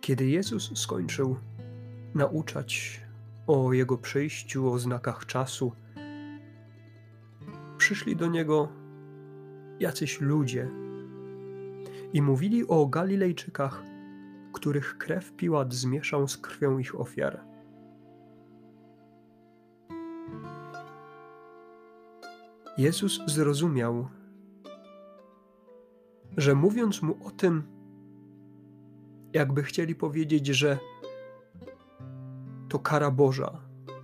Kiedy Jezus skończył nauczać o Jego przyjściu, o znakach czasu, przyszli do Niego jacyś ludzie i mówili o Galilejczykach, których krew Piłat zmieszał z krwią ich ofiar. Jezus zrozumiał, że mówiąc mu o tym, jakby chcieli powiedzieć, że to kara Boża,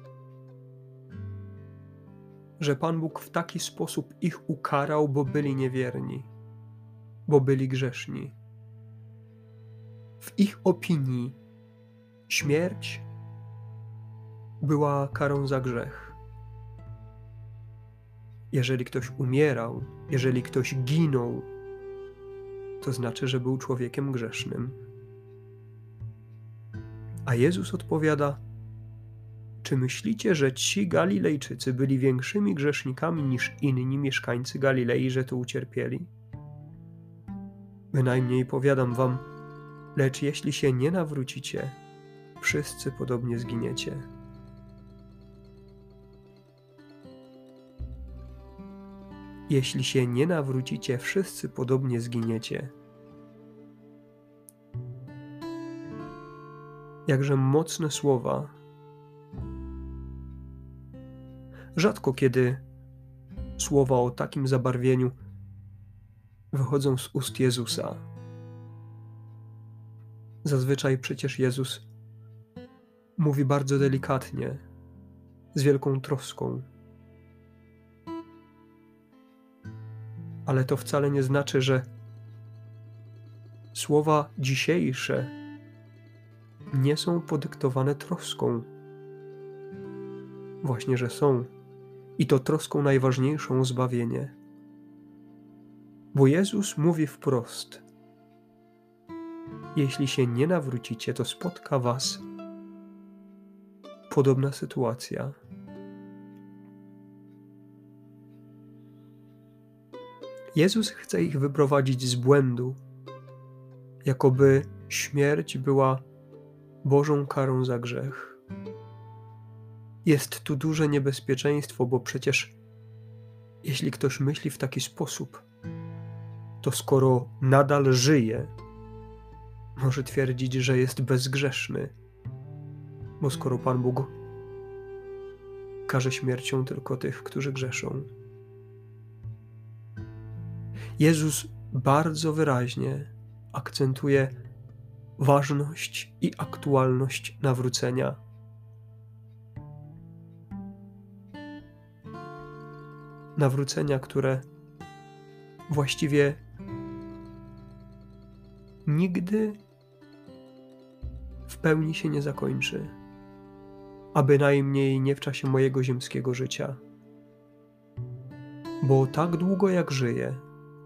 że Pan Bóg w taki sposób ich ukarał, bo byli niewierni, bo byli grzeszni. W ich opinii śmierć była karą za grzech. Jeżeli ktoś umierał, jeżeli ktoś ginął, to znaczy, że był człowiekiem grzesznym. A Jezus odpowiada: czy myślicie, że ci Galilejczycy byli większymi grzesznikami niż inni mieszkańcy Galilei, że to ucierpieli? Bynajmniej powiadam wam, lecz jeśli się nie nawrócicie, wszyscy podobnie zginiecie. Jeśli się nie nawrócicie, wszyscy podobnie zginiecie. Jakże mocne słowa. Rzadko kiedy słowa o takim zabarwieniu wychodzą z ust Jezusa. Zazwyczaj przecież Jezus mówi bardzo delikatnie, z wielką troską. Ale to wcale nie znaczy, że słowa dzisiejsze nie są podyktowane troską. Właśnie, że są. I to troską najważniejszą o zbawienie. Bo Jezus mówi wprost: jeśli się nie nawrócicie, to spotka was podobna sytuacja. Jezus chce ich wyprowadzić z błędu, jakoby śmierć była Bożą karą za grzech. Jest tu duże niebezpieczeństwo, bo przecież jeśli ktoś myśli w taki sposób, to skoro nadal żyje, może twierdzić, że jest bezgrzeszny, bo skoro Pan Bóg karze śmiercią tylko tych, którzy grzeszą. Jezus bardzo wyraźnie akcentuje ważność i aktualność nawrócenia. Nawrócenia, które właściwie nigdy w pełni się nie zakończy, a bynajmniej nie w czasie mojego ziemskiego życia. Bo tak długo jak żyję,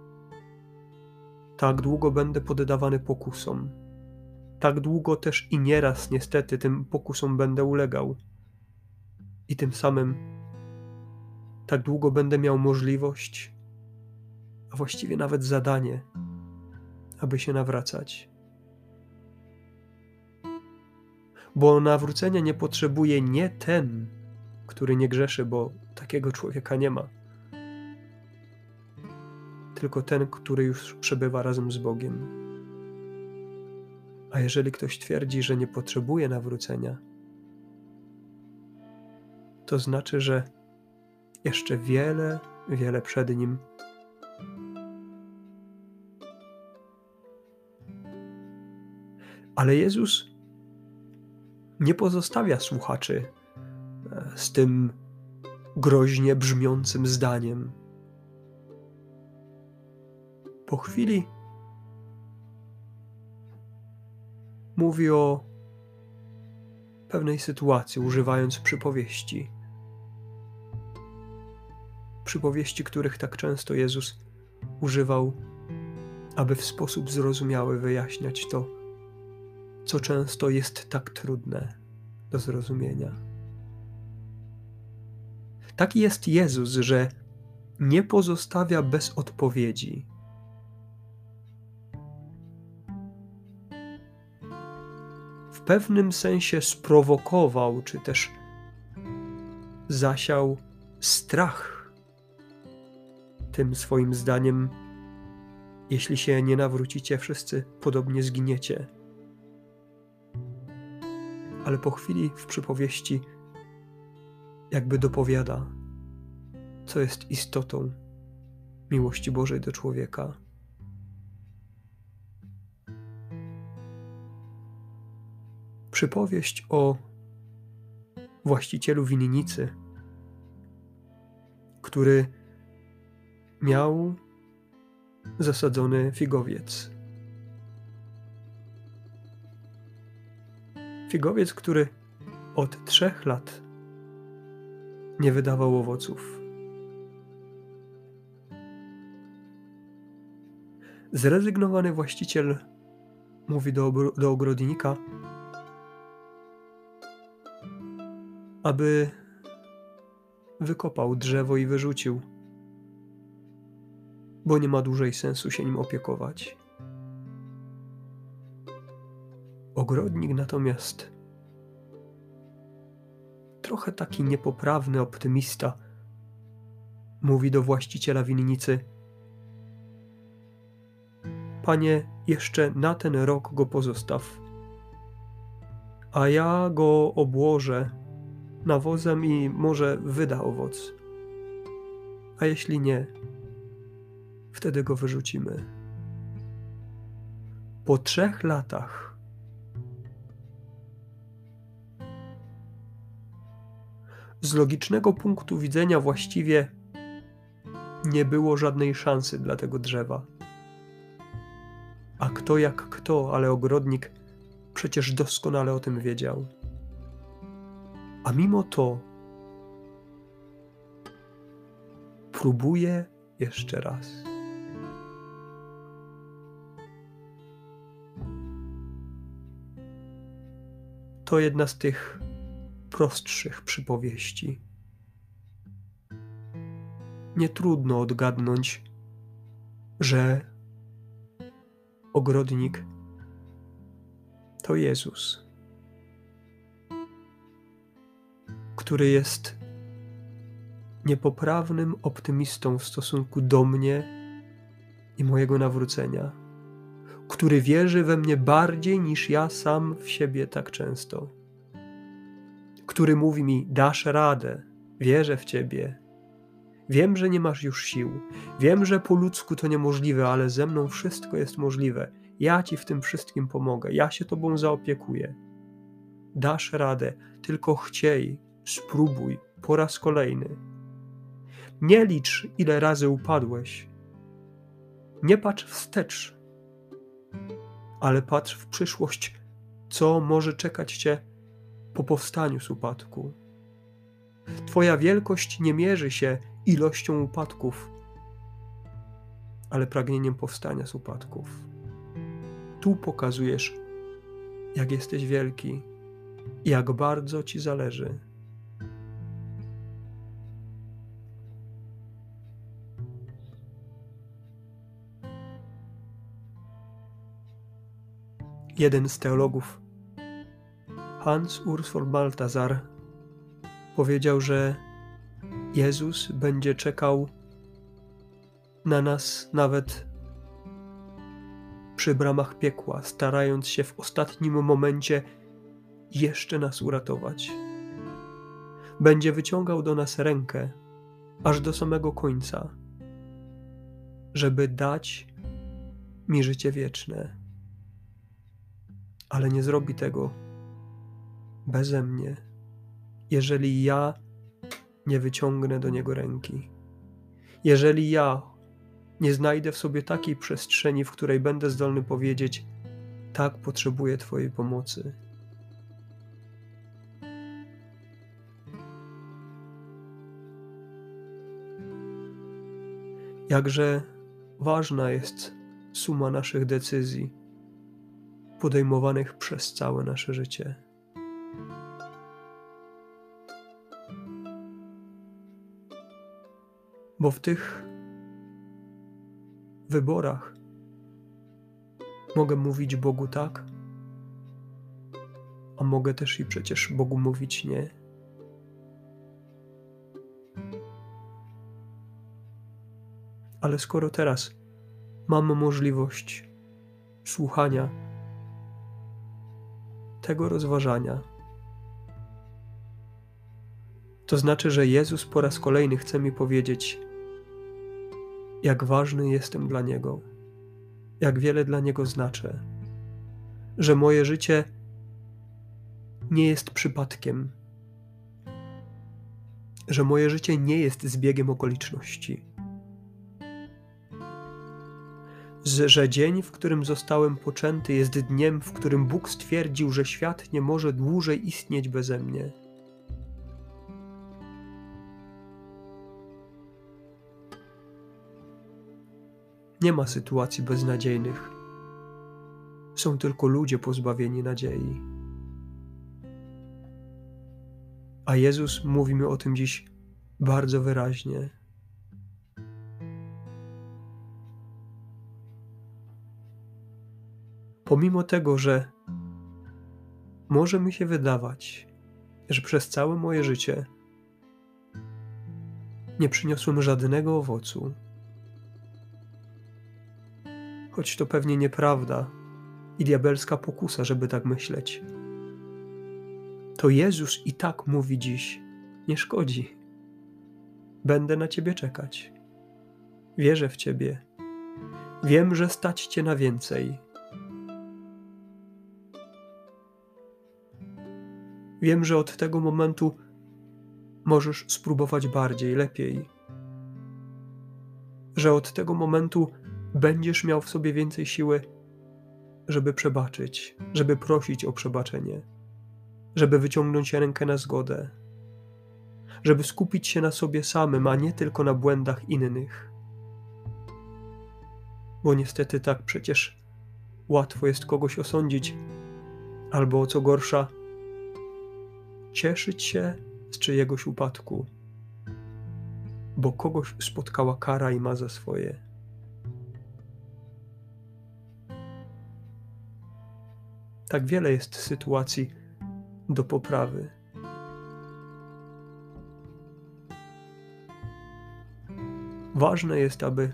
tak długo będę poddawany pokusom. Tak długo też i nieraz niestety tym pokusom będę ulegał. I tym samym tak długo będę miał możliwość, a właściwie nawet zadanie, aby się nawracać. Bo nawrócenia nie potrzebuje nie ten, który nie grzeszy, bo takiego człowieka nie ma, tylko ten, który już przebywa razem z Bogiem. A jeżeli ktoś twierdzi, że nie potrzebuje nawrócenia, to znaczy, że jeszcze wiele, wiele przed nim. Ale Jezus nie pozostawia słuchaczy z tym groźnie brzmiącym zdaniem. Po chwili mówi o pewnej sytuacji, używając przypowieści. Przypowieści, których tak często Jezus używał, aby w sposób zrozumiały wyjaśniać to, co często jest tak trudne do zrozumienia. Taki jest Jezus, że nie pozostawia bez odpowiedzi. pewnym sensie sprowokował, czy też zasiał strach tym swoim zdaniem: jeśli się nie nawrócicie, wszyscy podobnie zginiecie. Ale po chwili w przypowieści jakby dopowiada, co jest istotą miłości Bożej do człowieka. Przypowieść o właścicielu winnicy, który miał zasadzony figowiec. Figowiec, który od 3 lat nie wydawał owoców. Zrezygnowany właściciel mówi do ogrodnika, aby wykopał drzewo i wyrzucił, bo nie ma dłużej sensu się nim opiekować. Ogrodnik natomiast, trochę taki niepoprawny optymista, mówi do właściciela winnicy: Panie, jeszcze na ten rok go pozostaw, a ja go obłożę nawozem i może wyda owoc. A jeśli nie, wtedy go wyrzucimy. Po 3 latach z logicznego punktu widzenia właściwie nie było żadnej szansy dla tego drzewa. A kto jak kto, ale ogrodnik przecież doskonale o tym wiedział. A mimo to próbuje jeszcze raz. To jedna z tych prostszych przypowieści. Nie trudno odgadnąć, że ogrodnik to Jezus, który jest niepoprawnym optymistą w stosunku do mnie i mojego nawrócenia, który wierzy we mnie bardziej niż ja sam w siebie tak często, który mówi mi: dasz radę, wierzę w Ciebie, wiem, że nie masz już sił, wiem, że po ludzku to niemożliwe, ale ze mną wszystko jest możliwe, ja Ci w tym wszystkim pomogę, ja się Tobą zaopiekuję. Dasz radę, tylko chciej, spróbuj po raz kolejny. Nie licz, ile razy upadłeś. Nie patrz wstecz, ale patrz w przyszłość, co może czekać Cię po powstaniu z upadku. Twoja wielkość nie mierzy się ilością upadków, ale pragnieniem powstania z upadków. Tu pokazujesz, jak jesteś wielki i jak bardzo Ci zależy. Jeden z teologów, Hans Urs von Balthasar, powiedział, że Jezus będzie czekał na nas nawet przy bramach piekła, starając się w ostatnim momencie jeszcze nas uratować. Będzie wyciągał do nas rękę aż do samego końca, żeby dać mi życie wieczne. Ale nie zrobi tego beze mnie, jeżeli ja nie wyciągnę do Niego ręki. Jeżeli ja nie znajdę w sobie takiej przestrzeni, w której będę zdolny powiedzieć: tak, potrzebuję Twojej pomocy. Jakże ważna jest suma naszych decyzji podejmowanych przez całe nasze życie. Bo w tych wyborach mogę mówić Bogu tak, a mogę też i przecież Bogu mówić nie. Ale skoro teraz mam możliwość słuchania tego rozważania, to znaczy, że Jezus po raz kolejny chce mi powiedzieć, jak ważny jestem dla Niego, jak wiele dla Niego znaczę, że moje życie nie jest przypadkiem, że moje życie nie jest zbiegiem okoliczności, że dzień, w którym zostałem poczęty, jest dniem, w którym Bóg stwierdził, że świat nie może dłużej istnieć beze mnie. Nie ma sytuacji beznadziejnych. Są tylko ludzie pozbawieni nadziei. A Jezus mówi mi o tym dziś bardzo wyraźnie. Pomimo tego, że może mi się wydawać, że przez całe moje życie nie przyniosłem żadnego owocu, choć to pewnie nieprawda i diabelska pokusa, żeby tak myśleć, to Jezus i tak mówi dziś: nie szkodzi. Będę na Ciebie czekać. Wierzę w Ciebie. Wiem, że stać Cię na więcej. Wiem, że od tego momentu możesz spróbować bardziej, lepiej. Że od tego momentu będziesz miał w sobie więcej siły, żeby przebaczyć, żeby prosić o przebaczenie, żeby wyciągnąć rękę na zgodę, żeby skupić się na sobie samym, a nie tylko na błędach innych. Bo niestety tak przecież łatwo jest kogoś osądzić, albo co gorsza, cieszyć się z czyjegoś upadku, bo kogoś spotkała kara i ma za swoje. Tak wiele jest sytuacji do poprawy. Ważne jest, aby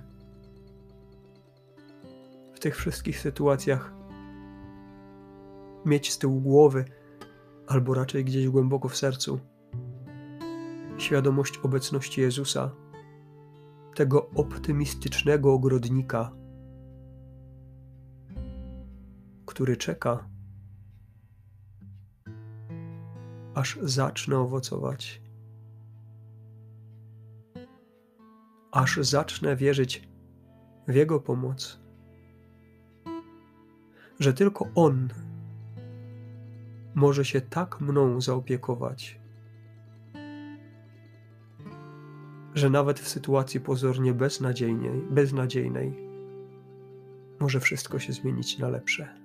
w tych wszystkich sytuacjach mieć z tyłu głowy, albo raczej gdzieś głęboko w sercu, świadomość obecności Jezusa, tego optymistycznego ogrodnika, który czeka, aż zacznę owocować, aż zacznę wierzyć w Jego pomoc, że tylko On może się tak mną zaopiekować, że nawet w sytuacji pozornie beznadziejnej może wszystko się zmienić na lepsze.